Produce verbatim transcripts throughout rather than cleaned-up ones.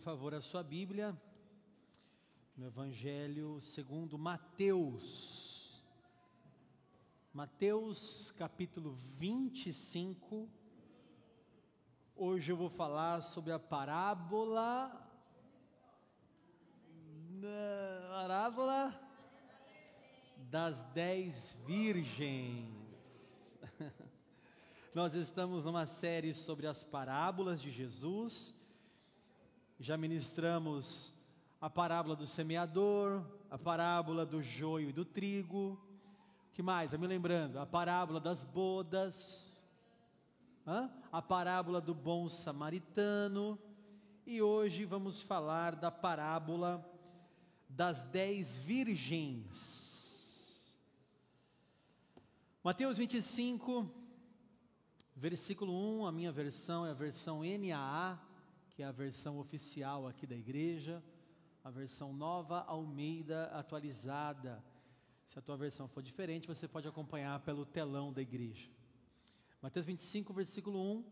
favor, a sua Bíblia, no Evangelho segundo Mateus. Mateus, capítulo vinte e cinco. Hoje eu vou falar sobre a parábola... Parábola das dez virgens. Nós estamos numa série sobre as parábolas de Jesus. Já ministramos a parábola do semeador, a parábola do joio e do trigo. O que mais? Vai me lembrando? A parábola das bodas, Hã? a parábola do bom samaritano. E hoje vamos falar da parábola das dez virgens. Mateus vinte e cinco, versículo um, a minha versão é a versão N A A, que é a versão oficial aqui da igreja, a versão Nova Almeida atualizada. Se a tua versão for diferente, você pode acompanhar pelo telão da igreja. Mateus vinte e cinco, versículo um.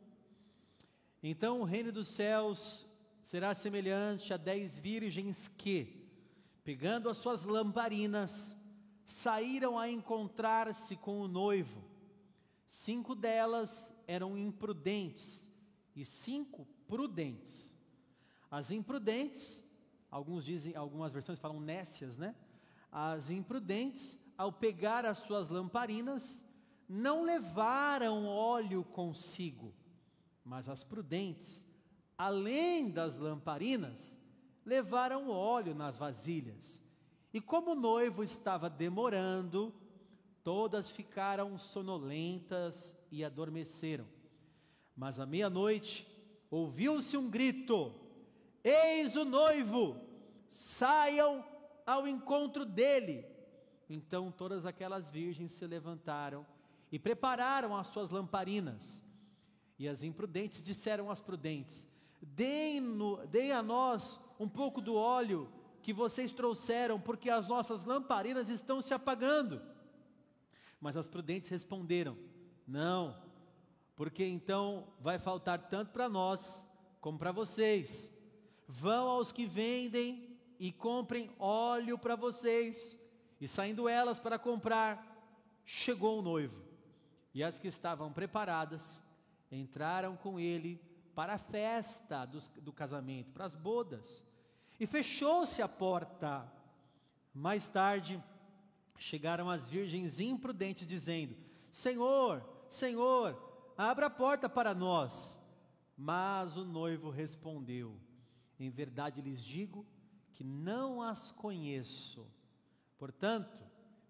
Então o reino dos céus será semelhante a dez virgens que, pegando as suas lamparinas, saíram a encontrar-se com o noivo. Cinco delas eram imprudentes e cinco prudentes. As imprudentes, alguns dizem, algumas versões falam nécias, né? As imprudentes, ao pegar as suas lamparinas, não levaram óleo consigo, mas as prudentes, além das lamparinas, levaram óleo nas vasilhas. E como o noivo estava demorando, todas ficaram sonolentas e adormeceram. Mas à meia-noite ouviu-se um grito: eis o noivo, saiam ao encontro dele. Então todas aquelas virgens se levantaram e prepararam as suas lamparinas. E as imprudentes disseram às prudentes: Deem-no, deem a nós um pouco do óleo que vocês trouxeram, porque as nossas lamparinas estão se apagando. Mas as prudentes responderam: não, porque então vai faltar tanto para nós como para vocês. Vão aos que vendem e comprem óleo para vocês. E saindo elas para comprar, chegou o noivo. E as que estavam preparadas entraram com ele para a festa do, do casamento, para as bodas, e fechou-se a porta. Mais tarde, chegaram as virgens imprudentes, dizendo: Senhor, Senhor, abra a porta para nós. Mas o noivo respondeu: em verdade lhes digo que não as conheço. Portanto,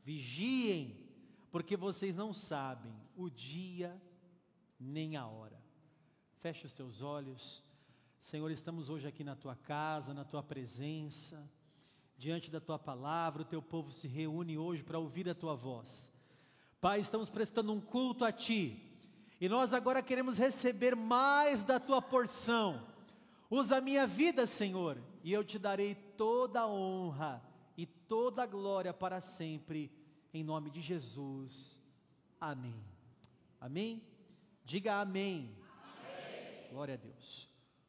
vigiem, porque vocês não sabem o dia nem a hora. Feche os teus olhos. Senhor, estamos hoje aqui na tua casa, na tua presença, diante da tua palavra. O teu povo se reúne hoje para ouvir a tua voz. Pai, estamos prestando um culto a ti, e nós agora queremos receber mais da tua porção. Usa a minha vida, Senhor, e eu te darei toda a honra e toda a glória para sempre, em nome de Jesus. Amém. Amém? Diga amém. Glória a Deus.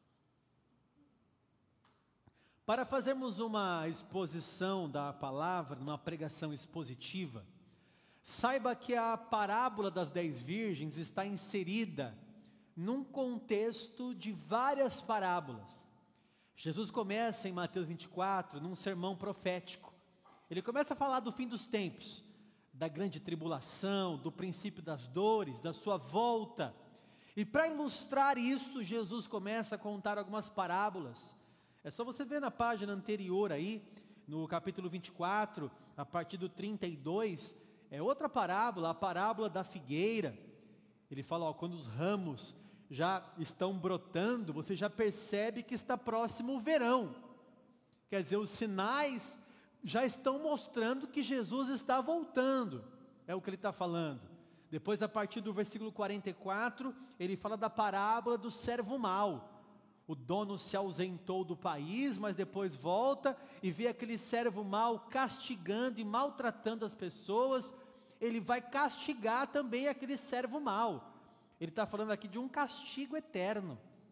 Para fazermos uma exposição da palavra, uma pregação expositiva, saiba que a parábola das dez virgens está inserida num contexto de várias parábolas. Jesus começa em Mateus vinte e quatro, num sermão profético. Ele começa a falar do fim dos tempos, da grande tribulação, do princípio das dores, da sua volta. E para ilustrar isso, Jesus começa a contar algumas parábolas. É só você ver na página anterior aí, no capítulo vinte e quatro, a partir do trinta e dois, é outra parábola, a parábola da figueira. Ele fala, ó, quando os ramos já estão brotando, você já percebe que está próximo o verão. Quer dizer, os sinais já estão mostrando que Jesus está voltando. É o que ele está falando. Depois, a partir do versículo quarenta e quatro, ele fala da parábola do servo mau. O dono se ausentou do país, mas depois volta e vê aquele servo mau castigando e maltratando as pessoas. Ele vai castigar também aquele servo mau. Ele está falando aqui de um castigo eterno.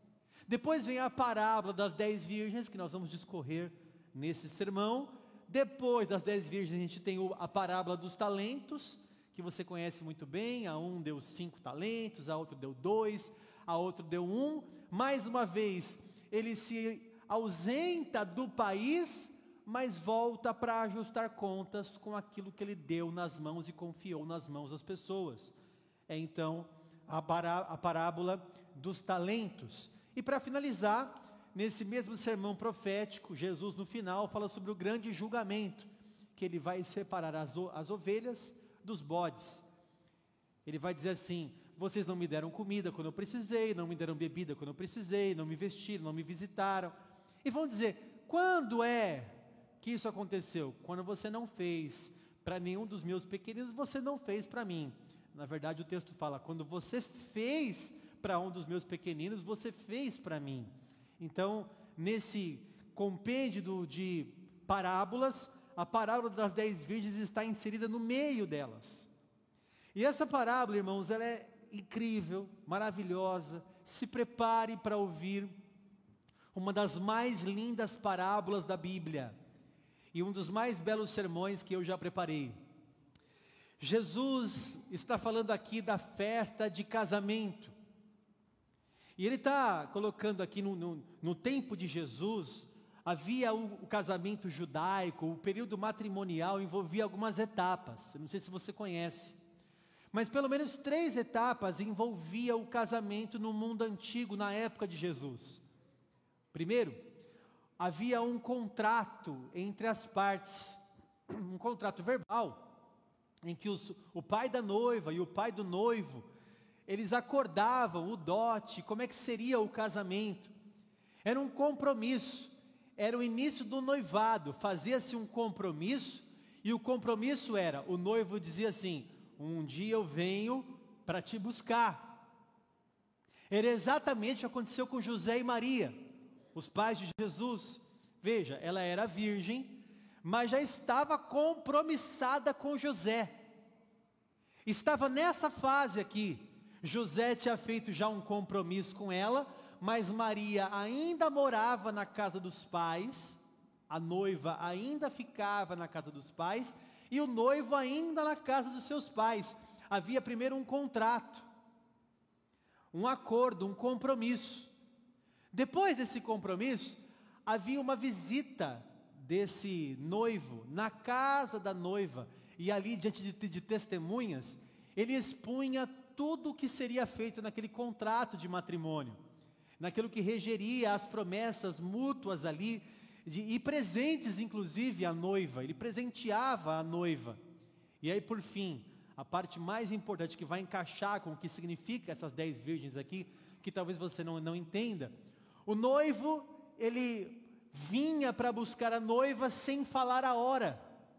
Depois vem a parábola das dez virgens, que nós vamos discorrer nesse sermão. Depois das dez virgens, a gente tem a parábola dos talentos, que você conhece muito bem. A um deu cinco talentos, a outro deu dois, a outro deu um. Mais uma vez, ele se ausenta do país, mas volta para ajustar contas com aquilo que ele deu nas mãos e confiou nas mãos das pessoas. É então a, pará a parábola dos talentos. E para finalizar, nesse mesmo sermão profético, Jesus no final fala sobre o grande julgamento, que ele vai separar as, as ovelhas dos bodes. Ele vai dizer assim: vocês não me deram comida quando eu precisei, não me deram bebida quando eu precisei, não me vestiram, não me visitaram. E vão dizer: quando é que isso aconteceu? Quando você não fez para nenhum dos meus pequeninos, você não fez para mim. Na verdade o texto fala: quando você fez para um dos meus pequeninos, você fez para mim. Então, nesse compêndio de parábolas, a parábola das dez virgens está inserida no meio delas. E essa parábola, irmãos, ela é incrível, maravilhosa. Se prepare para ouvir uma das mais lindas parábolas da Bíblia, e um dos mais belos sermões que eu já preparei. Jesus está falando aqui da festa de casamento. E ele está colocando aqui no, no, no tempo de Jesus, havia o, o casamento judaico, o período matrimonial envolvia algumas etapas. Eu não sei se você conhece, mas pelo menos três etapas envolvia o casamento no mundo antigo, na época de Jesus. Primeiro, havia um contrato entre as partes, um contrato verbal, em que os, o pai da noiva e o pai do noivo, eles acordavam o dote, como é que seria o casamento. Era um compromisso, era o início do noivado, fazia-se um compromisso, e o compromisso era, o noivo dizia assim: um dia eu venho para te buscar. Era exatamente o que aconteceu com José e Maria, os pais de Jesus. Veja, ela era virgem, mas já estava compromissada com José. Estava nessa fase aqui. José tinha feito já um compromisso com ela, mas Maria ainda morava na casa dos pais, a noiva ainda ficava na casa dos pais, e o noivo ainda na casa dos seus pais. Havia primeiro um contrato, um acordo, um compromisso. Depois desse compromisso, havia uma visita desse noivo na casa da noiva, e ali diante de, de testemunhas, ele expunha tudo o que seria feito naquele contrato de matrimônio, naquilo que regeria as promessas mútuas ali, de, e presentes inclusive à noiva. Ele presenteava a noiva. E aí por fim, a parte mais importante, que vai encaixar com o que significa essas dez virgens aqui, que talvez você não, não entenda. O noivo, ele vinha para buscar a noiva sem falar a hora.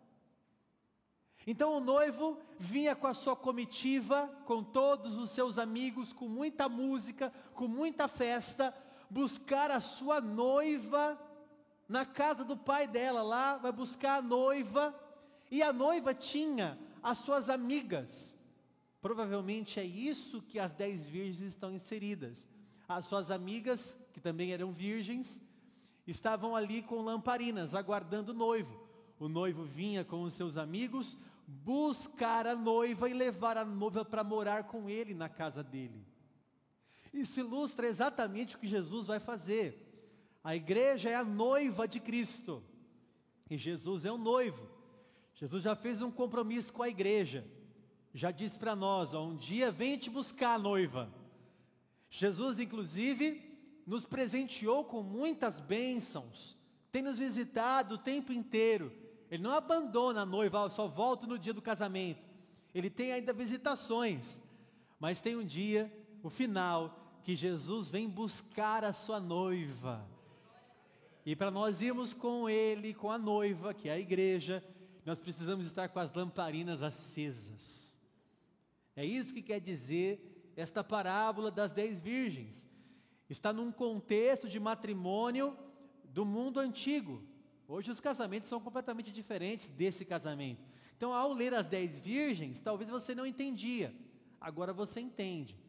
Então o noivo vinha com a sua comitiva, com todos os seus amigos, com muita música, com muita festa, buscar a sua noiva na casa do pai dela. Lá vai buscar a noiva, e a noiva tinha as suas amigas. Provavelmente é isso que as dez virgens estão inseridas. As suas amigas, que também eram virgens, estavam ali com lamparinas, aguardando o noivo. O noivo vinha com os seus amigos buscar a noiva e levar a noiva para morar com ele na casa dele. Isso ilustra exatamente o que Jesus vai fazer. A igreja é a noiva de Cristo, e Jesus é o noivo. Jesus já fez um compromisso com a igreja, já disse para nós: ó, um dia vem te buscar a noiva. Jesus inclusive nos presenteou com muitas bênçãos, tem nos visitado o tempo inteiro. Ele não abandona a noiva: eu só volto no dia do casamento. Ele tem ainda visitações, mas tem um dia, o final, que Jesus vem buscar a sua noiva. E para nós irmos com ele, com a noiva, que é a igreja, nós precisamos estar com as lamparinas acesas. É isso que quer dizer esta parábola das dez virgens. Está num contexto de matrimônio do mundo antigo. Hoje os casamentos são completamente diferentes desse casamento. Então, ao ler as dez virgens, talvez você não entendia. Agora você entende.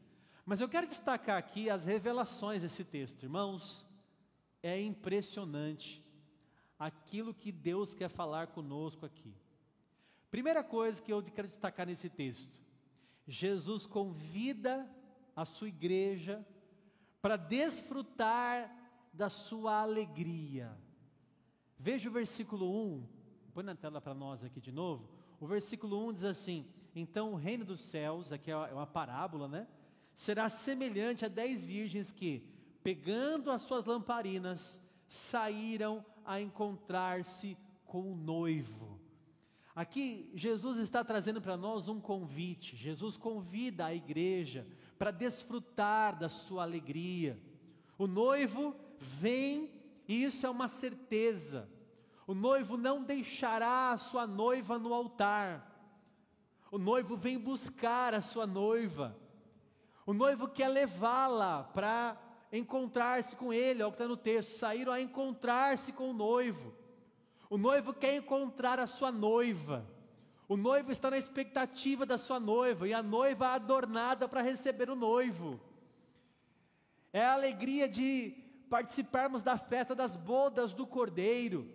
Mas eu quero destacar aqui as revelações desse texto. Irmãos, é impressionante aquilo que Deus quer falar conosco aqui. Primeira coisa que eu quero destacar nesse texto: Jesus convida a sua igreja para desfrutar da sua alegria. Veja o versículo um, põe na tela para nós aqui de novo. O versículo um diz assim: então o reino dos céus, aqui é uma parábola, né? Será semelhante a dez virgens que, pegando as suas lamparinas, saíram a encontrar-se com o noivo. Aqui Jesus está trazendo para nós um convite. Jesus convida a igreja para desfrutar da sua alegria. O noivo vem, e isso é uma certeza. O noivo não deixará a sua noiva no altar. O noivo vem buscar a sua noiva. O noivo quer levá-la para encontrar-se com ele, é o que está no texto. Saíram a encontrar-se com o noivo. O noivo quer encontrar a sua noiva. O noivo está na expectativa da sua noiva, e a noiva adornada para receber o noivo. É a alegria de participarmos da festa das bodas do Cordeiro.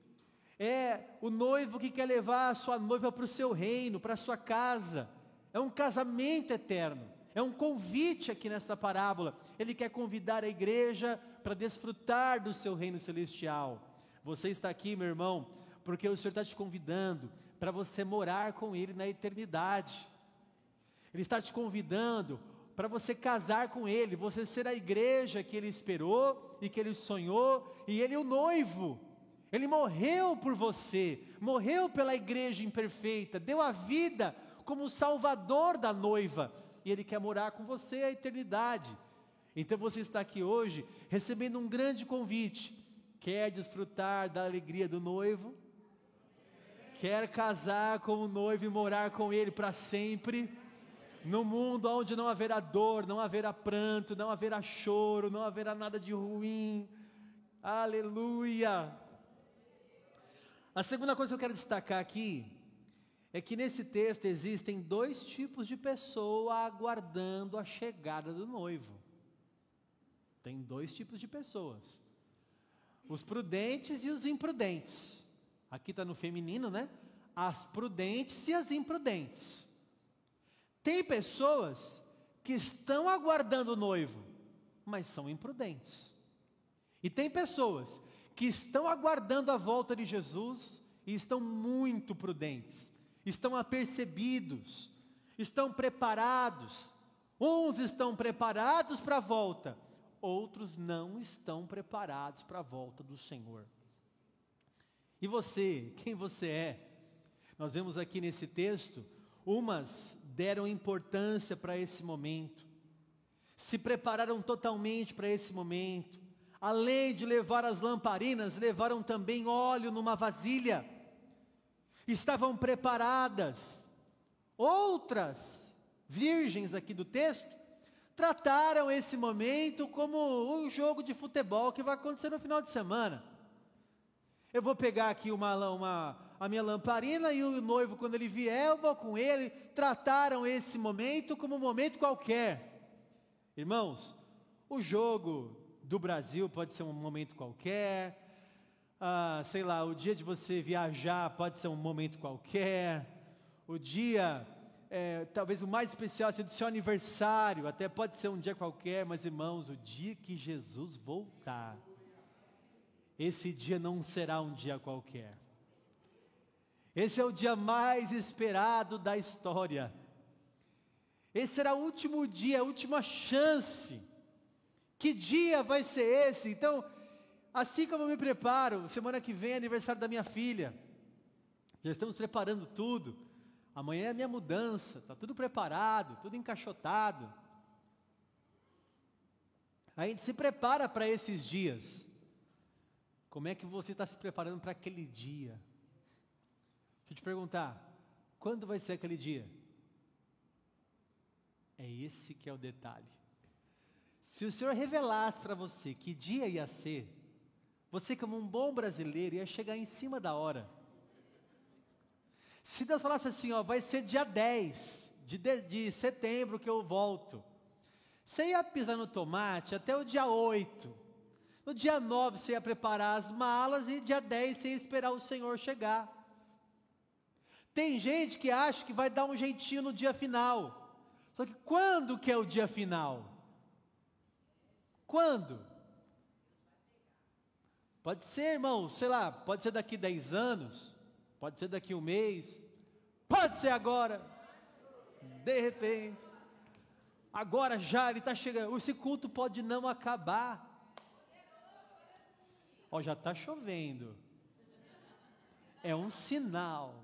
É o noivo que quer levar a sua noiva para o seu reino, para a sua casa. É um casamento eterno. É um convite aqui nesta parábola. Ele quer convidar a igreja para desfrutar do seu reino celestial. Você está aqui, meu irmão, porque o Senhor está te convidando para você morar com Ele na eternidade. Ele está te convidando para você casar com Ele, você ser a igreja que Ele esperou e que Ele sonhou, e Ele é o noivo. Ele morreu por você, morreu pela igreja imperfeita, deu a vida como o salvador da noiva, e Ele quer morar com você a eternidade. Então você está aqui hoje recebendo um grande convite. Quer desfrutar da alegria do noivo? Quer casar com o noivo e morar com ele para sempre? No mundo onde não haverá dor, não haverá pranto, não haverá choro, não haverá nada de ruim. Aleluia! A segunda coisa que eu quero destacar aqui é que nesse texto existem dois tipos de pessoa aguardando a chegada do noivo. Tem dois tipos de pessoas: os prudentes e os imprudentes. Aqui está no feminino, né? As prudentes e as imprudentes. Tem pessoas que estão aguardando o noivo, mas são imprudentes. E tem pessoas que estão aguardando a volta de Jesus e estão muito prudentes, estão apercebidos, estão preparados. Uns estão preparados para a volta, outros não estão preparados para a volta do Senhor. E você, quem você é? Nós vemos aqui nesse texto, umas deram importância para esse momento, se prepararam totalmente para esse momento, além de levar as lamparinas, levaram também óleo numa vasilha, estavam preparadas. Outras virgens aqui do texto, trataram esse momento como um jogo de futebol que vai acontecer no final de semana. Eu vou pegar aqui uma, uma, a minha lamparina e o noivo, quando ele vier, eu vou com ele. Trataram esse momento como um momento qualquer. Irmãos, o jogo do Brasil pode ser um momento qualquer. Ah, sei lá, o dia de você viajar pode ser um momento qualquer. O dia... É, talvez o mais especial seja do seu aniversário, até pode ser um dia qualquer, mas irmãos, o dia que Jesus voltar, esse dia não será um dia qualquer. Esse é o dia mais esperado da história. Esse será o último dia, a última chance. Que dia vai ser esse? Então, assim como eu me preparo, semana que vem é aniversário da minha filha, já estamos preparando tudo. Amanhã é a minha mudança, está tudo preparado, tudo encaixotado. A gente se prepara para esses dias. Como é que você está se preparando para aquele dia? Deixa eu te perguntar, quando vai ser aquele dia? É esse que é o detalhe. Se o Senhor revelasse para você que dia ia ser, você como um bom brasileiro ia chegar em cima da hora. Se Deus falasse assim, ó, vai ser dia dez de, de, de setembro que eu volto. Você ia pisar no tomate até o dia oito. No dia nove você ia preparar as malas e dia dez você ia esperar o Senhor chegar. Tem gente que acha que vai dar um jeitinho no dia final. Só que quando que é o dia final? Quando? Pode ser, irmão, sei lá, pode ser daqui dez anos, pode ser daqui um mês, pode ser agora, de repente, agora já ele está chegando, esse culto pode não acabar. Ó, já está chovendo, é um sinal.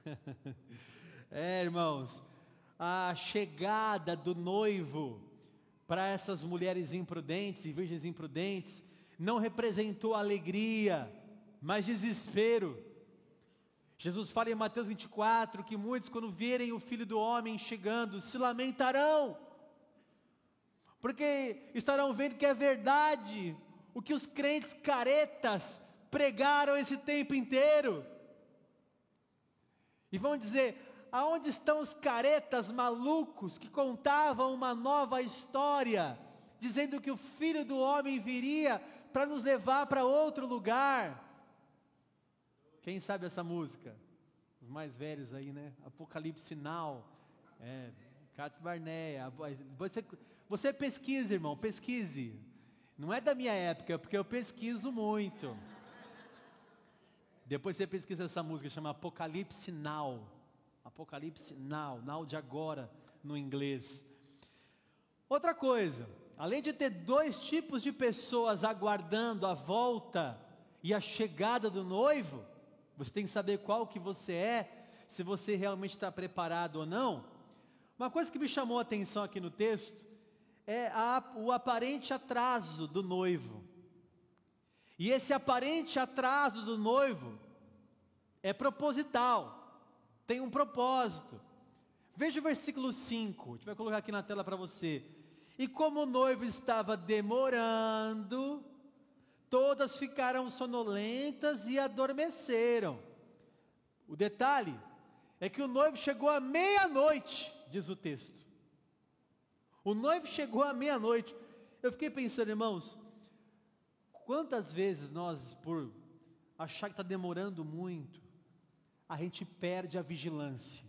É, irmãos, a chegada do noivo para essas mulheres imprudentes e virgens imprudentes não representou alegria, mas desespero. Jesus fala em Mateus vinte e quatro que muitos, quando virem o Filho do Homem chegando, se lamentarão, porque estarão vendo que é verdade o que os crentes caretas pregaram esse tempo inteiro. E vão dizer: aonde estão os caretas malucos que contavam uma nova história, dizendo que o Filho do Homem viria para nos levar para outro lugar? Quem sabe essa música? Os mais velhos aí, né? Apocalipse Now, é, Cats Barneia. Você, você pesquisa, irmão, pesquise. Não é da minha época, porque eu pesquiso muito. Depois você pesquisa essa música, chama Apocalipse Now. Apocalipse Now, Now de agora, no inglês. Outra coisa, além de ter dois tipos de pessoas aguardando a volta e a chegada do noivo, você tem que saber qual que você é, se você realmente está preparado ou não. Uma coisa que me chamou a atenção aqui no texto é a, o aparente atraso do noivo. E esse aparente atraso do noivo é proposital, tem um propósito. Veja o versículo cinco, a gente vai colocar aqui na tela para você. E como o noivo estava demorando, todas ficaram sonolentas e adormeceram. O detalhe é que o noivo chegou à meia-noite, diz o texto. O noivo chegou à meia-noite. Eu fiquei pensando, irmãos, quantas vezes nós, por achar que está demorando muito, a gente perde a vigilância.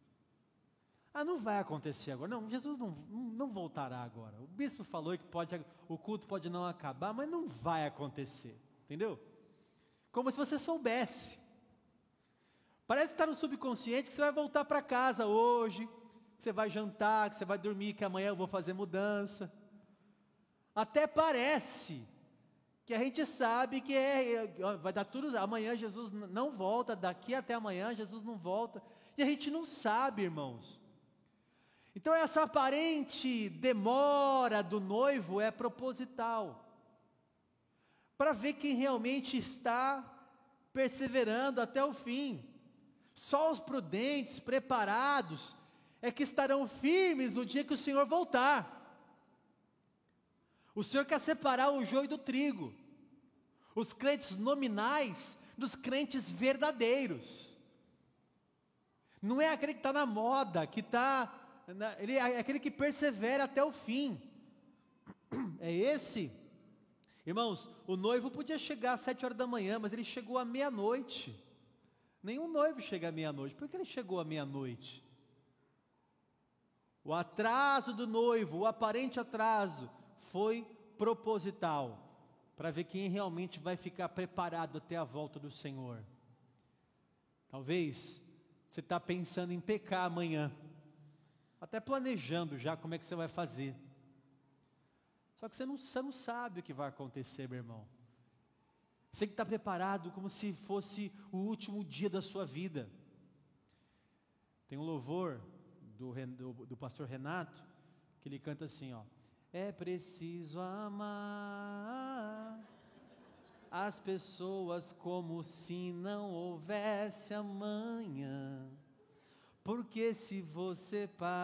Ah, não vai acontecer agora. Não, Jesus não, não voltará agora. O bispo falou que pode, o culto pode não acabar, mas não vai acontecer. Entendeu? Como se você soubesse. Parece que está no subconsciente que você vai voltar para casa hoje, que você vai jantar, que você vai dormir, que amanhã eu vou fazer mudança. Até parece que a gente sabe que é, vai dar tudo, amanhã Jesus não volta, daqui até amanhã Jesus não volta, e a gente não sabe, irmãos. Então essa aparente demora do noivo é proposital, para ver quem realmente está perseverando até o fim. Só os prudentes, preparados, é que estarão firmes no dia que o Senhor voltar. O Senhor quer separar o joio do trigo, os crentes nominais dos crentes verdadeiros. Não é aquele que está na moda, que está, ele é aquele que persevera até o fim. É esse. Irmãos, o noivo podia chegar às sete horas da manhã, mas ele chegou à meia-noite. Nenhum noivo chega à meia-noite. Por que ele chegou à meia-noite? O atraso do noivo, o aparente atraso, foi proposital, para ver quem realmente vai ficar preparado até a volta do Senhor. Talvez você está pensando em pecar amanhã, até planejando já como é que você vai fazer. Só que você não, você não sabe o que vai acontecer, meu irmão. Você tem que estar preparado como se fosse o último dia da sua vida. Tem um louvor do, do, do pastor Renato, que ele canta assim, ó: é preciso amar as pessoas como se não houvesse amanhã, porque se você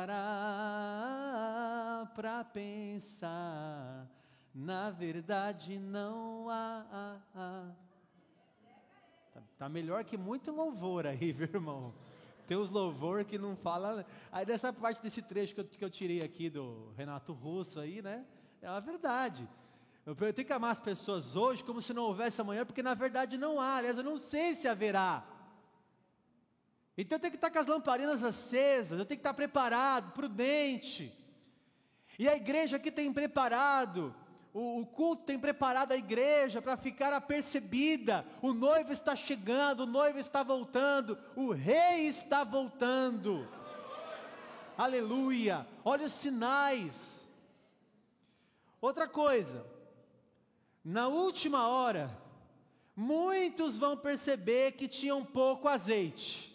parar para pensar, na verdade não há, há, há. Tá, tá melhor que muito louvor aí, viu, irmão? Tem uns louvor que não fala. Aí nessa parte desse trecho que eu, que eu tirei aqui do Renato Russo aí, né? É uma verdade. Eu tenho que amar as pessoas hoje como se não houvesse amanhã, porque na verdade não há. Aliás, eu não sei se haverá. Então eu tenho que estar com as lamparinas acesas, eu tenho que estar preparado, prudente. E a igreja aqui tem preparado, o, o culto tem preparado a igreja para ficar apercebida. O noivo está chegando, o noivo está voltando, o rei está voltando. Aleluia! Olha os sinais. Outra coisa, na última hora, muitos vão perceber que tinham pouco azeite.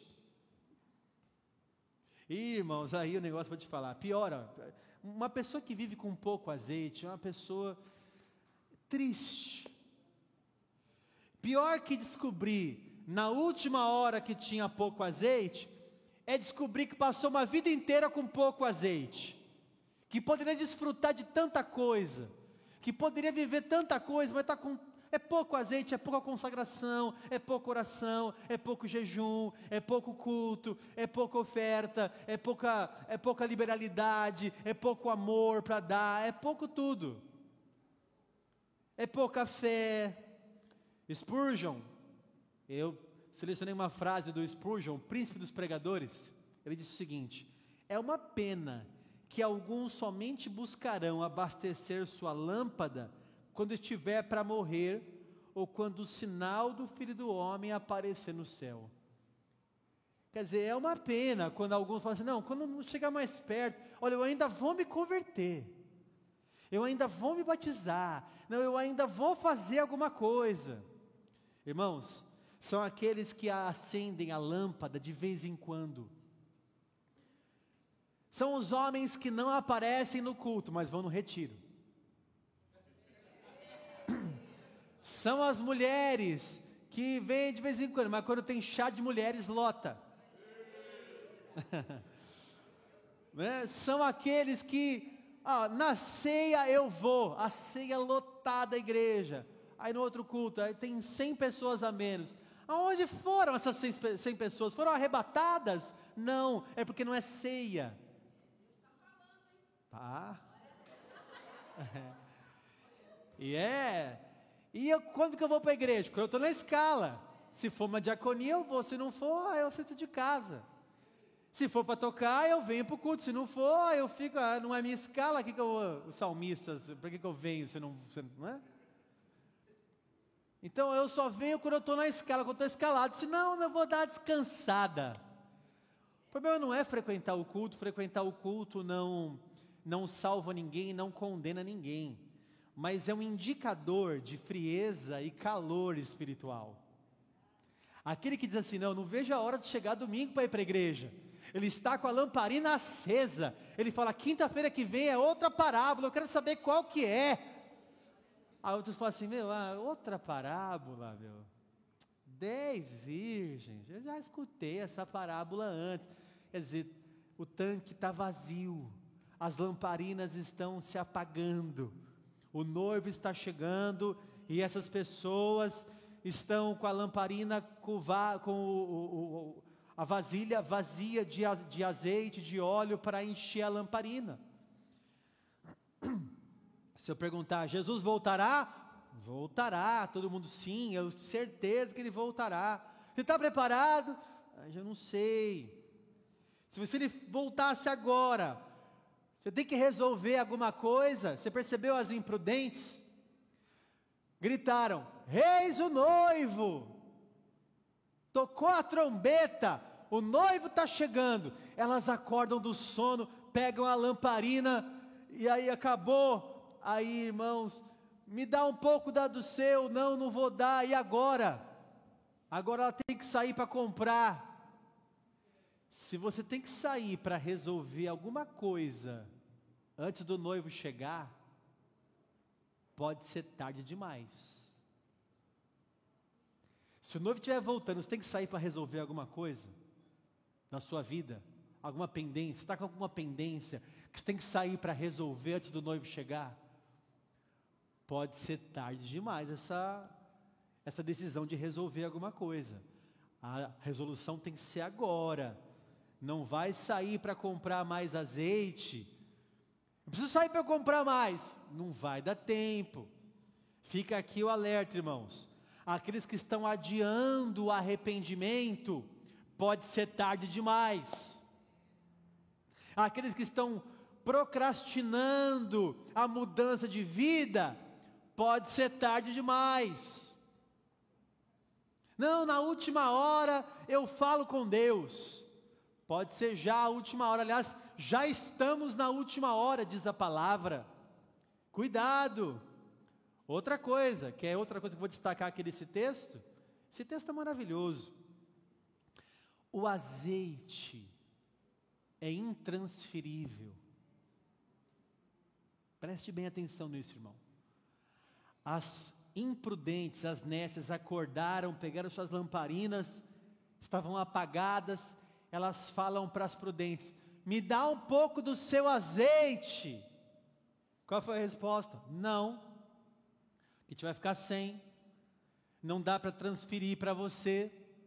Ih, irmãos, aí o negócio vou te falar, piora. Uma pessoa que vive com pouco azeite é uma pessoa triste. Pior que descobrir na última hora que tinha pouco azeite, é descobrir que passou uma vida inteira com pouco azeite, que poderia desfrutar de tanta coisa, que poderia viver tanta coisa, mas está com é pouco azeite, é pouca consagração, é pouca oração, é pouco jejum, é pouco culto, é pouca oferta, é pouca, é pouca liberalidade, é pouco amor para dar, é pouco tudo. É pouca fé. Spurgeon, eu selecionei uma frase do Spurgeon, príncipe dos pregadores. Ele disse o seguinte: é uma pena que alguns somente buscarão abastecer sua lâmpada quando estiver para morrer, ou quando o sinal do Filho do Homem aparecer no céu. Quer dizer, é uma pena quando alguns falam assim, não, quando não chegar mais perto, olha, eu ainda vou me converter, eu ainda vou me batizar, não, eu ainda vou fazer alguma coisa. Irmãos, são aqueles que acendem a lâmpada de vez em quando. São os homens que não aparecem no culto, mas vão no retiro. São as mulheres que vêm de vez em quando, mas quando tem chá de mulheres, lota. Né? São aqueles que, ah, na ceia eu vou, a ceia lotada a igreja. Aí no outro culto, aí tem cem pessoas a menos. Aonde foram essas cem pessoas? Foram arrebatadas? Não, é porque não é ceia. Tá. É. E é... E eu, quando que eu vou para a igreja? Quando eu estou na escala. Se for uma diaconia eu vou, se não for, eu assisto de casa. Se for para tocar, eu venho para o culto. Se não for, eu fico, ah, não é minha escala, aqui que eu vou, os salmistas, para que que eu venho, se não, se, não é? Então eu só venho quando eu estou na escala, quando eu estou escalado, senão eu vou dar descansada. O problema não é frequentar o culto, frequentar o culto não, não salva ninguém, não condena ninguém. Mas é um indicador de frieza e calor espiritual. Aquele que diz assim, não, não vejo a hora de chegar domingo para ir para a igreja. Ele está com a lamparina acesa. Ele fala, quinta-feira que vem é outra parábola, eu quero saber qual que é. Aí outros falam assim, meu, ah, outra parábola, meu. Dez virgens, eu já escutei essa parábola antes. Quer dizer, o tanque está vazio, as lamparinas estão se apagando. O noivo está chegando e essas pessoas estão com a lamparina, com, va, com o, o, a vasilha vazia de, de azeite, de óleo para encher a lamparina. Se eu perguntar, Jesus voltará? Voltará, todo mundo sim, eu tenho certeza que ele voltará. Você está preparado? Ah, eu não sei. Se você ele voltasse agora, você tem que resolver alguma coisa. Você percebeu as imprudentes? Gritaram, eis o noivo. Tocou a trombeta, o noivo está chegando. Elas acordam do sono, pegam a lamparina, e aí acabou. Aí, irmãos, me dá um pouco da do seu. Não, não vou dar, e agora? Agora ela tem que sair para comprar. Se você tem que sair para resolver alguma coisa antes do noivo chegar, pode ser tarde demais. Se o noivo estiver voltando, você tem que sair para resolver alguma coisa na sua vida, alguma pendência, está com alguma pendência que você tem que sair para resolver antes do noivo chegar, pode ser tarde demais essa, essa decisão de resolver alguma coisa. A resolução tem que ser agora. Não vai sair para comprar mais azeite. Eu preciso sair para comprar mais. Não vai dar tempo. Fica aqui o alerta, irmãos. Aqueles que estão adiando o arrependimento, pode ser tarde demais. Aqueles que estão procrastinando a mudança de vida, pode ser tarde demais. Não, na última hora eu falo com Deus. Pode ser já a última hora. Aliás, já estamos na última hora, diz a palavra. Cuidado. Outra coisa, que é outra coisa que eu vou destacar aqui nesse texto. Esse texto é maravilhoso. O azeite é intransferível. Preste bem atenção nisso, irmão. As imprudentes, as nécias acordaram, pegaram suas lamparinas, estavam apagadas. Elas falam para as prudentes: me dá um pouco do seu azeite. Qual foi a resposta? Não. A gente vai ficar sem. Não dá para transferir para você.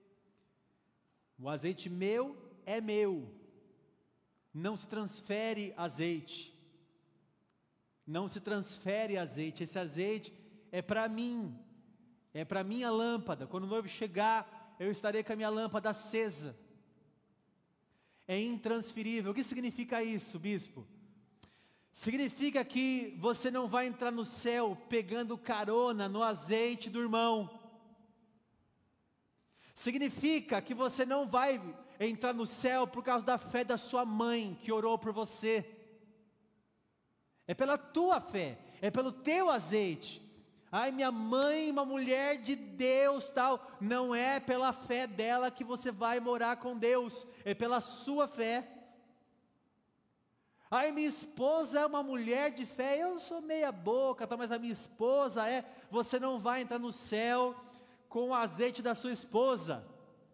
O azeite meu é meu. Não se transfere azeite. Não se transfere azeite. Esse azeite é para mim. É para minha lâmpada. Quando o noivo chegar, eu estarei com a minha lâmpada acesa. É intransferível. O que significa isso, bispo? Significa que você não vai entrar no céu pegando carona no azeite do irmão. Significa que você não vai entrar no céu por causa da fé da sua mãe que orou por você. É pela tua fé, é pelo teu azeite. Ai, minha mãe, uma mulher de Deus, tal. Não é pela fé dela que você vai morar com Deus, é pela sua fé. Ai, minha esposa é uma mulher de fé. Eu sou meia boca, tá, mas a minha esposa é. Você não vai entrar no céu com o azeite da sua esposa.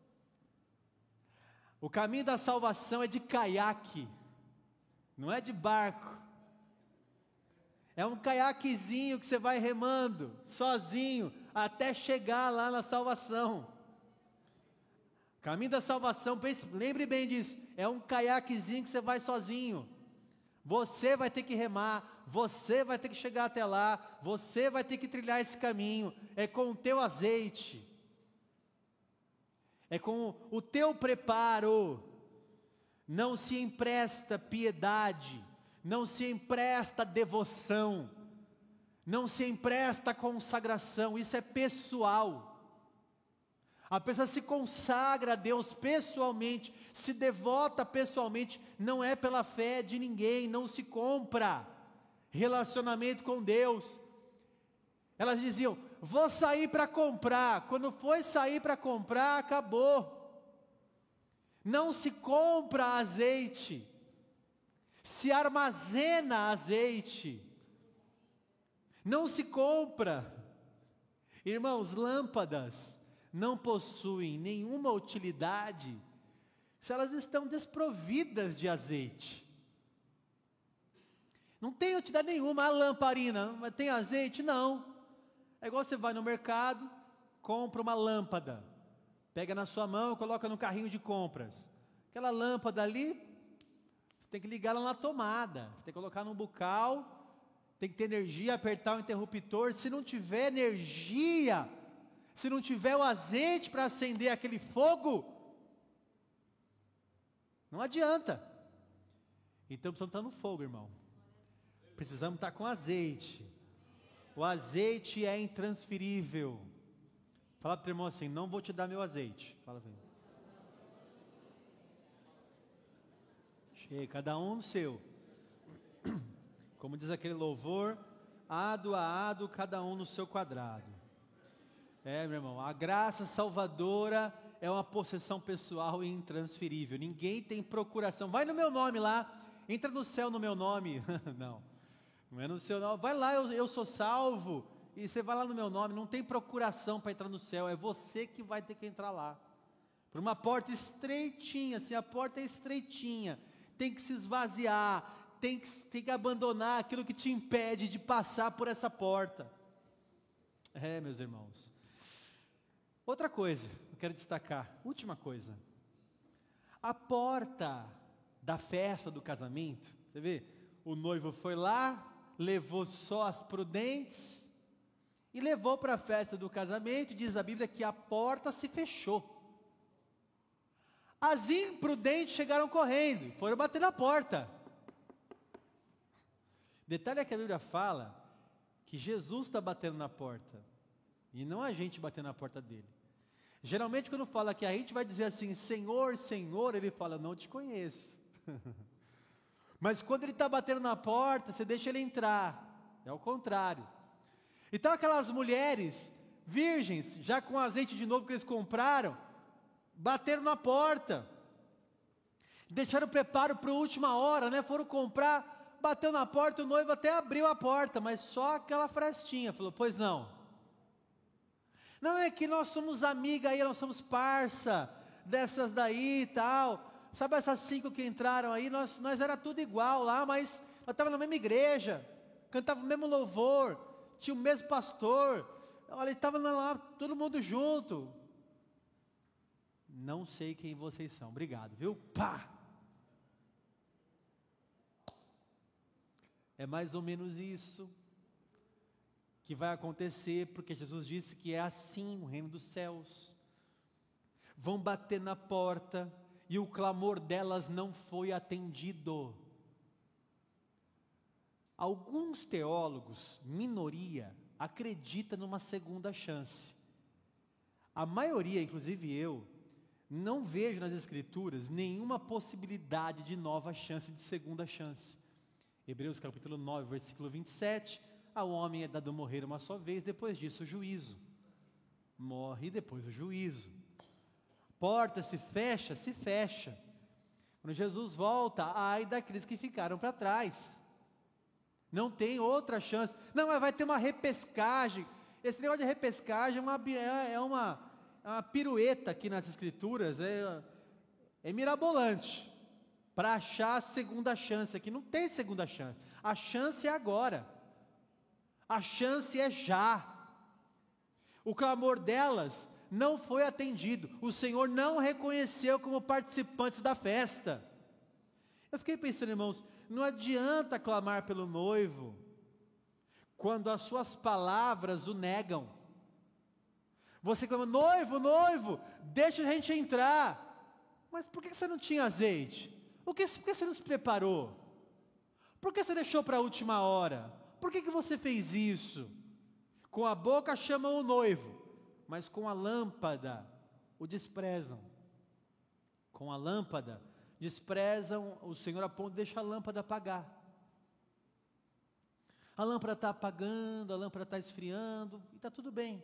O caminho da salvação é de caiaque, não é de barco. É um caiaquezinho que você vai remando, sozinho, até chegar lá na salvação. O caminho da salvação, pense, lembre bem disso, é um caiaquezinho que você vai sozinho. Você vai ter que remar, você vai ter que chegar até lá, você vai ter que trilhar esse caminho. É com o teu azeite, é com o teu preparo. Não se empresta piedade, não se empresta devoção, não se empresta consagração. Isso é pessoal. A pessoa se consagra a Deus pessoalmente, se devota pessoalmente, não é pela fé de ninguém, não se compra relacionamento com Deus. Elas diziam: vou sair para comprar. Quando foi sair para comprar, acabou. Não se compra azeite, se armazena azeite, não se compra. Irmãos, lâmpadas não possuem nenhuma utilidade se elas estão desprovidas de azeite. Não tem utilidade nenhuma. A lamparina, mas tem azeite? Não. É igual você vai no mercado, compra uma lâmpada, pega na sua mão e coloca no carrinho de compras. Aquela lâmpada ali, você tem que ligar ela na tomada, você tem que colocar num bocal, tem que ter energia, apertar o interruptor. Se não tiver energia, se não tiver o azeite para acender aquele fogo, não adianta. Então precisamos estar no fogo, irmão. Precisamos estar com azeite. O azeite é intransferível. Fala para o teu irmão assim: não vou te dar meu azeite. Fala para ele. Chega, cada um no seu. Como diz aquele louvor: ado a ado, cada um no seu quadrado. É, meu irmão, a graça salvadora é uma possessão pessoal e intransferível. Ninguém tem procuração. Vai no meu nome lá, entra no céu no meu nome. Não, não é no seu nome. Vai lá, eu, eu sou salvo. E você vai lá no meu nome. Não tem procuração para entrar no céu. É você que vai ter que entrar lá. Por uma porta estreitinha. Se a porta é estreitinha, tem que se esvaziar. Tem que, tem que abandonar aquilo que te impede de passar por essa porta. É, meus irmãos. Outra coisa, eu quero destacar, última coisa. A porta da festa do casamento, você vê, o noivo foi lá, levou só as prudentes e levou para a festa do casamento. Diz a Bíblia que a porta se fechou. As imprudentes chegaram correndo, foram bater na porta. Detalhe é que a Bíblia fala que Jesus está batendo na porta, e não a gente batendo na porta dele. Geralmente quando fala que a gente vai dizer assim, Senhor, Senhor, ele fala, não te conheço. Mas quando ele está batendo na porta, você deixa ele entrar, é o contrário. Então aquelas mulheres virgens, já com azeite de novo que eles compraram, bateram na porta, deixaram o preparo para a última hora, né? Foram comprar, bateu na porta, o noivo até abriu a porta, mas só aquela frestinha, falou, pois não. Não é que nós somos amiga aí, nós somos parça dessas daí e tal, sabe essas cinco que entraram aí, nós, nós era tudo igual lá, mas nós estávamos na mesma igreja, cantava o mesmo louvor, tinha o mesmo pastor, olha, estava lá todo mundo junto. Não sei quem vocês são, obrigado, viu? Pá! É mais ou menos isso que vai acontecer, porque Jesus disse que é assim o reino dos céus. Vão bater na porta e o clamor delas não foi atendido. Alguns teólogos, minoria, acredita numa segunda chance. A maioria, inclusive eu, não vejo nas Escrituras nenhuma possibilidade de nova chance, de segunda chance. Hebreus capítulo nove, versículo vinte e sete, ao homem é dado morrer uma só vez, depois disso o juízo. Morre e depois o juízo. Porta se fecha, se fecha. Quando Jesus volta, ai daqueles que ficaram para trás. Não tem outra chance. Não, mas vai ter uma repescagem. Esse negócio de repescagem é uma, é uma, é uma pirueta aqui nas Escrituras, é, é mirabolante. Para achar a segunda chance aqui, não tem segunda chance. A chance é agora. A chance é já. O clamor delas não foi atendido. O Senhor não reconheceu como participantes da festa. Eu fiquei pensando, irmãos, não adianta clamar pelo noivo quando as suas palavras o negam. Você clama, noivo, noivo, deixa a gente entrar. Mas por que você não tinha azeite? Por que, por que você não se preparou? Por que você deixou para a última hora? Por que, que você fez isso? Com a boca chamam o noivo, mas com a lâmpada o desprezam. Com a lâmpada desprezam, o Senhor aponta, deixa a lâmpada apagar. A lâmpada está apagando, a lâmpada está esfriando, e está tudo bem.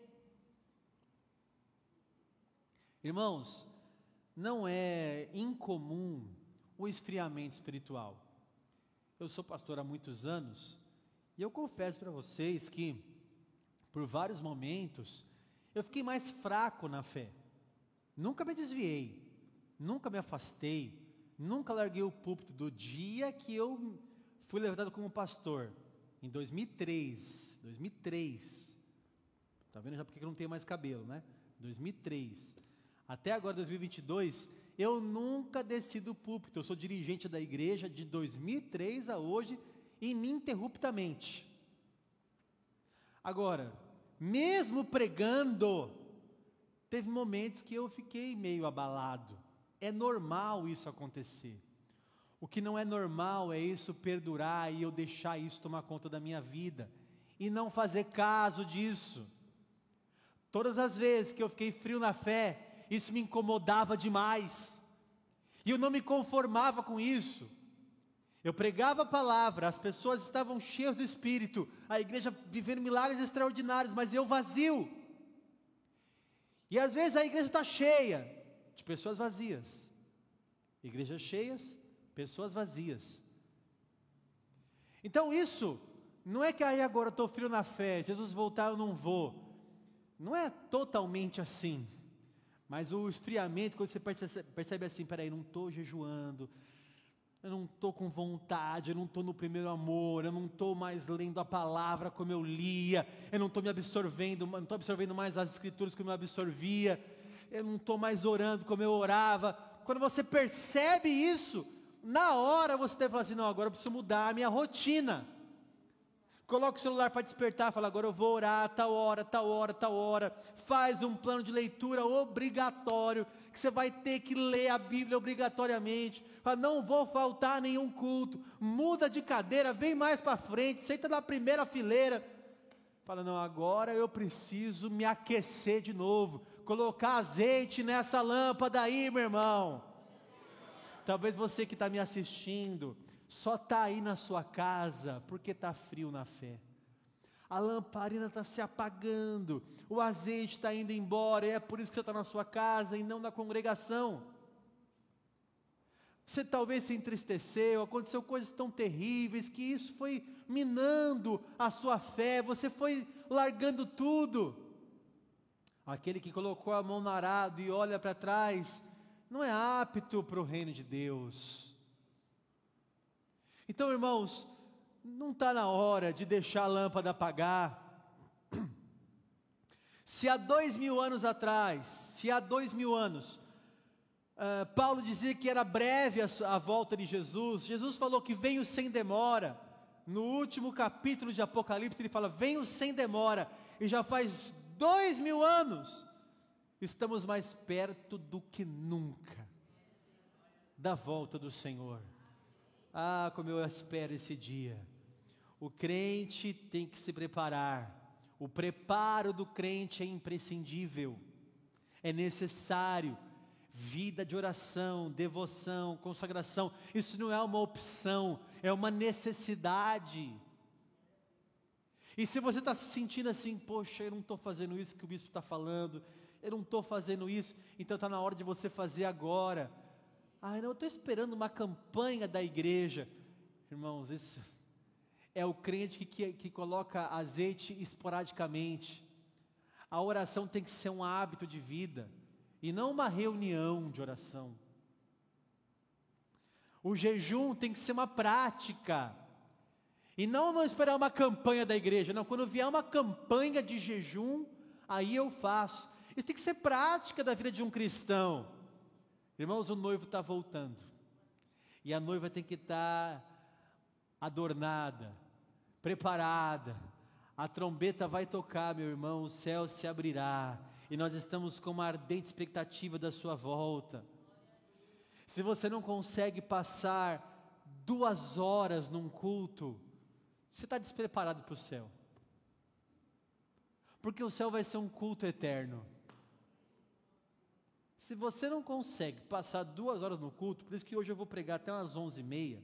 Irmãos, não é incomum o esfriamento espiritual. Eu sou pastor há muitos anos, e eu confesso para vocês que, por vários momentos, eu fiquei mais fraco na fé. Nunca me desviei, nunca me afastei, nunca larguei o púlpito do dia que eu fui levantado como pastor, em dois mil e três, dois mil e três, está vendo já porque eu não tenho mais cabelo, né? dois mil e três, até agora dois mil e vinte e dois, eu nunca desci do púlpito, eu sou dirigente da igreja de dois mil e três a hoje, ininterruptamente. Agora, mesmo pregando, teve momentos que eu fiquei meio abalado. É normal isso acontecer. O que não é normal é isso perdurar e eu deixar isso tomar conta da minha vida e não fazer caso disso. Todas as vezes que eu fiquei frio na fé, isso me incomodava demais, e eu não me conformava com isso. Eu pregava a palavra, as pessoas estavam cheias do Espírito, a igreja vivendo milagres extraordinários, mas eu vazio. E às vezes a igreja está cheia de pessoas vazias. Igrejas cheias, pessoas vazias. Então isso, não é que aí agora eu estou frio na fé, Jesus voltar eu não vou. Não é totalmente assim. Mas o esfriamento, quando você percebe, percebe assim, peraí, não estou jejuando, eu não estou com vontade, eu não estou no primeiro amor, eu não estou mais lendo a palavra como eu lia, eu não estou me absorvendo, não estou absorvendo mais as escrituras como eu absorvia, eu não estou mais orando como eu orava. quando você percebe isso, na hora você deve falar assim, não, agora eu preciso mudar a minha rotina. Coloca o celular para despertar, fala, agora eu vou orar, tal hora, tal hora, tal hora. Faz um plano de leitura obrigatório, que você vai ter que ler a Bíblia obrigatoriamente. Fala, não vou faltar a nenhum culto. Muda de cadeira, vem mais para frente, senta na primeira fileira. Fala, não, agora eu preciso me aquecer de novo. Colocar azeite nessa lâmpada aí, meu irmão. Talvez você que está me assistindo, só está aí na sua casa, porque está frio na fé. A lamparina está se apagando, o azeite está indo embora, e é por isso que você está na sua casa e não na congregação. Você talvez se entristeceu, aconteceu coisas tão terríveis, que isso foi minando a sua fé, você foi largando tudo. Aquele que colocou a mão no arado e olha para trás, não é apto para o reino de Deus. Então, irmãos, não está na hora de deixar a lâmpada apagar. Se há dois mil anos atrás, se há dois mil anos, uh, Paulo dizia que era breve a, a volta de Jesus, Jesus falou que venho sem demora. No último capítulo de Apocalipse ele fala, venho sem demora, e já faz dois mil anos, estamos mais perto do que nunca, da volta do Senhor. Ah, como eu espero esse dia. O crente tem que se preparar. O preparo do crente é imprescindível. É necessário. Vida de oração, devoção, consagração. Isso não é uma opção, é uma necessidade. E se você está se sentindo assim, poxa, eu não estou fazendo isso que o bispo está falando, eu não estou fazendo isso, então está na hora de você fazer agora. Ah, não, eu estou esperando uma campanha da igreja. Irmãos, isso é o crente que, que, que coloca azeite esporadicamente. A oração tem que ser um hábito de vida, e não uma reunião de oração. O jejum tem que ser uma prática, e não, não esperar uma campanha da igreja. Não, quando vier uma campanha de jejum, aí eu faço. Isso tem que ser prática da vida de um cristão. Irmãos, o noivo está voltando, e a noiva tem que estar adornada, preparada, a trombeta vai tocar, meu irmão, o céu se abrirá, e nós estamos com uma ardente expectativa da sua volta. Se você não consegue passar duas horas num culto, você está despreparado para o céu, porque o céu vai ser um culto eterno. Se você não consegue passar duas horas no culto, por isso que hoje eu vou pregar até umas onze e meia.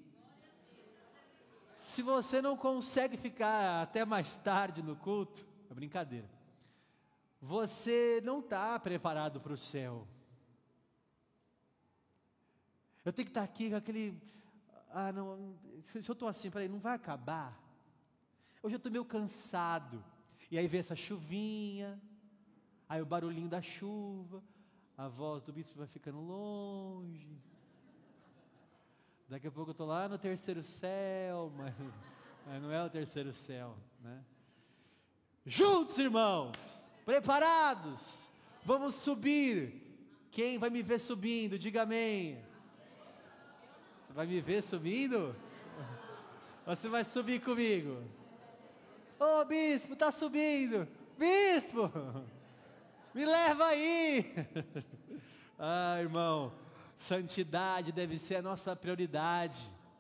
Se você não consegue ficar até mais tarde no culto, é brincadeira. Você não está preparado para o céu. Eu tenho que estar aqui com aquele, ah não, se eu estou assim, peraí, não vai acabar. Hoje eu estou meio cansado. E aí vem essa chuvinha, aí o barulhinho da chuva, a voz do bispo vai ficando longe. Daqui a pouco eu estou lá no terceiro céu, mas, mas não é o terceiro céu, né? Juntos, irmãos, preparados, vamos subir. Quem vai me ver subindo, diga amém. Você vai me ver subindo? Você vai subir comigo? Ô oh, bispo, está subindo. Bispo, me leva aí. Ah, irmão, santidade deve ser a nossa prioridade.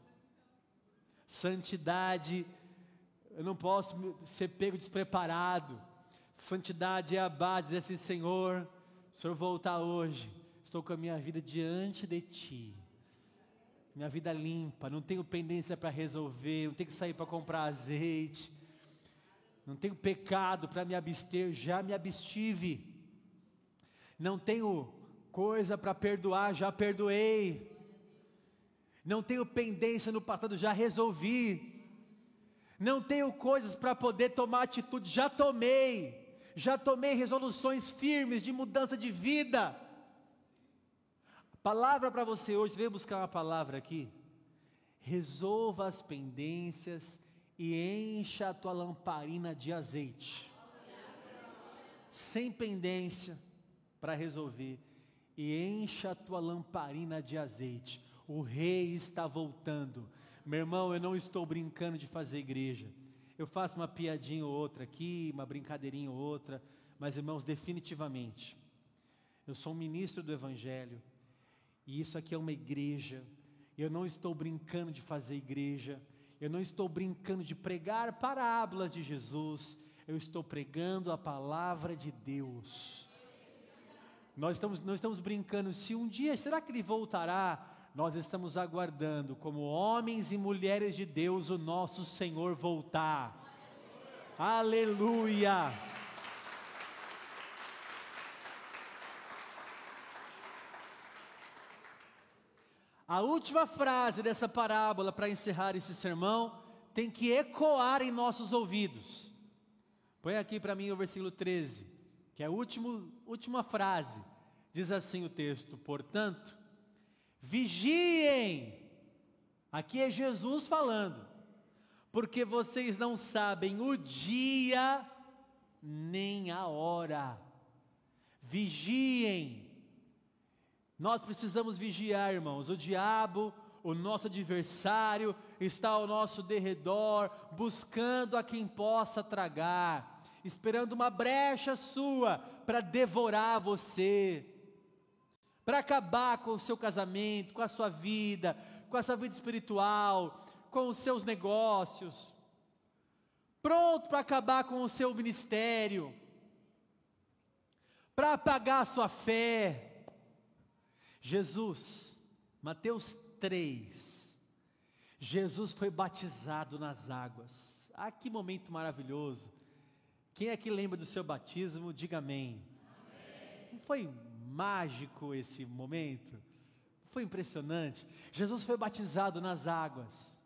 Santidade, eu não posso ser pego despreparado. Santidade é a base, dizer assim, Senhor, se o Senhor voltar hoje, estou com a minha vida diante de Ti. Minha vida limpa, não tenho pendência para resolver, não tenho que sair para comprar azeite, não tenho pecado para me abster, já me abstive. Não tenho coisa para perdoar, já perdoei. Não tenho pendência no passado, já resolvi. Não tenho coisas para poder tomar atitude, já tomei. Já tomei resoluções firmes de mudança de vida. Palavra para você hoje, veio buscar uma palavra aqui. Resolva as pendências e encha a tua lamparina de azeite. Sem pendência para resolver. e encha a tua lamparina de azeite. O rei está voltando. Meu irmão, eu não estou brincando de fazer igreja. Eu faço uma piadinha ou outra aqui, uma brincadeirinha ou outra, mas irmãos, definitivamente, eu sou um ministro do Evangelho, e isso aqui é uma igreja. Eu não estou brincando de fazer igreja, eu não estou brincando de pregar parábolas de Jesus, eu estou pregando a palavra de Deus. Nós estamos, nós estamos brincando, se um dia, será que Ele voltará? Nós estamos aguardando, como homens e mulheres de Deus, o nosso Senhor voltar. Aleluia! A última frase dessa parábola, para encerrar esse sermão, tem que ecoar em nossos ouvidos. Põe aqui para mim o versículo treze, que é a última, última frase. Diz assim o texto: portanto, vigiem, aqui é Jesus falando, porque vocês não sabem o dia nem a hora. Vigiem. Nós precisamos vigiar, irmãos. O diabo, o nosso adversário, está ao nosso derredor, buscando a quem possa tragar, esperando uma brecha sua para devorar você, para acabar com o seu casamento, com a sua vida, com a sua vida espiritual, com os seus negócios, pronto para acabar com o seu ministério, para apagar a sua fé. Jesus, Mateus três, Jesus foi batizado nas águas. Ah, que momento maravilhoso. Quem é que lembra do seu batismo, diga amém. Amém. Não foi mágico esse momento? Foi impressionante. Jesus foi batizado nas águas.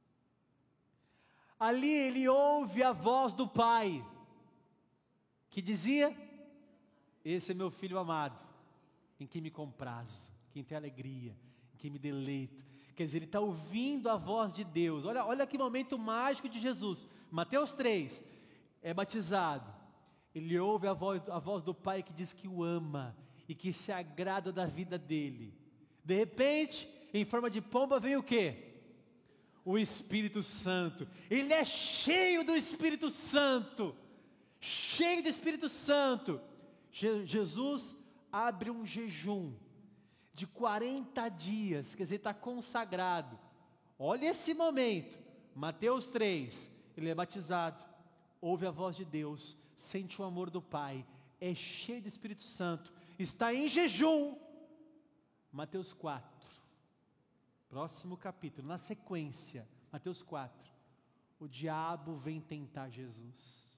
Ali ele ouve a voz do Pai, que dizia: esse é meu filho amado, em quem me comprazo, quem tem alegria, em quem me deleito. Quer dizer, ele está ouvindo a voz de Deus. Olha, olha que momento mágico de Jesus. Mateus três, é batizado, ele ouve a voz, a voz do Pai que diz que o ama, e que se agrada da vida dele. De repente, em forma de pomba vem o quê? O Espírito Santo. Ele é cheio do Espírito Santo, cheio do Espírito Santo. Je- Jesus abre um jejum de quarenta dias, quer dizer, está consagrado. Olha esse momento, Mateus três, ele é batizado, ouve a voz de Deus, sente o amor do Pai, é cheio do Espírito Santo, está em jejum. Mateus quatro, próximo capítulo, na sequência, Mateus quatro, o diabo vem tentar Jesus.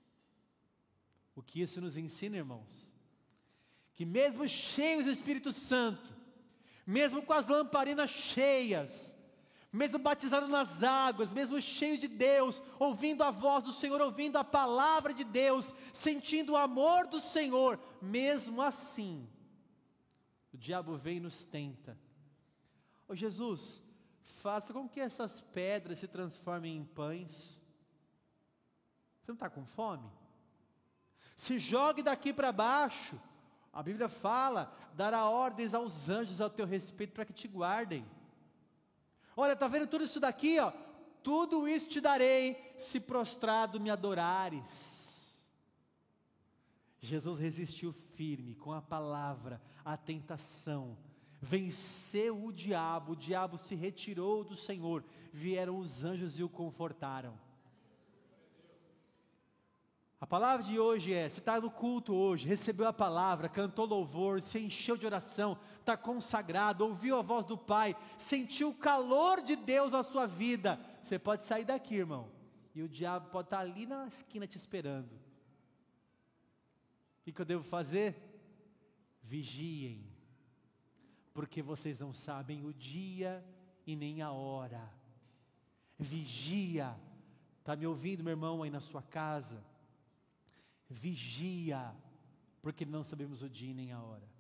O que isso nos ensina, irmãos? Que mesmo cheios do Espírito Santo, mesmo com as lamparinas cheias, mesmo batizado nas águas, mesmo cheio de Deus, ouvindo a voz do Senhor, ouvindo a palavra de Deus, sentindo o amor do Senhor, mesmo assim, o diabo vem e nos tenta. Ô Jesus, faça com que essas pedras se transformem em pães. Você não está com fome? Se jogue daqui para baixo. A Bíblia fala, dará ordens aos anjos ao teu respeito para que te guardem. Olha, está vendo tudo isso daqui, ó? Tudo isso te darei, se prostrado me adorares. Jesus resistiu firme com a palavra, a tentação, venceu o diabo, o diabo se retirou do Senhor, vieram os anjos e o confortaram. A palavra de hoje é, você está no culto hoje, recebeu a palavra, cantou louvor, se encheu de oração, está consagrado, ouviu a voz do Pai, sentiu o calor de Deus na sua vida, você pode sair daqui, irmão, e o diabo pode estar ali na esquina te esperando. O que, que eu devo fazer? Vigiem, porque vocês não sabem o dia e nem a hora. Vigia. Está me ouvindo, meu irmão, aí na sua casa? Vigia, porque não sabemos o dia nem a hora.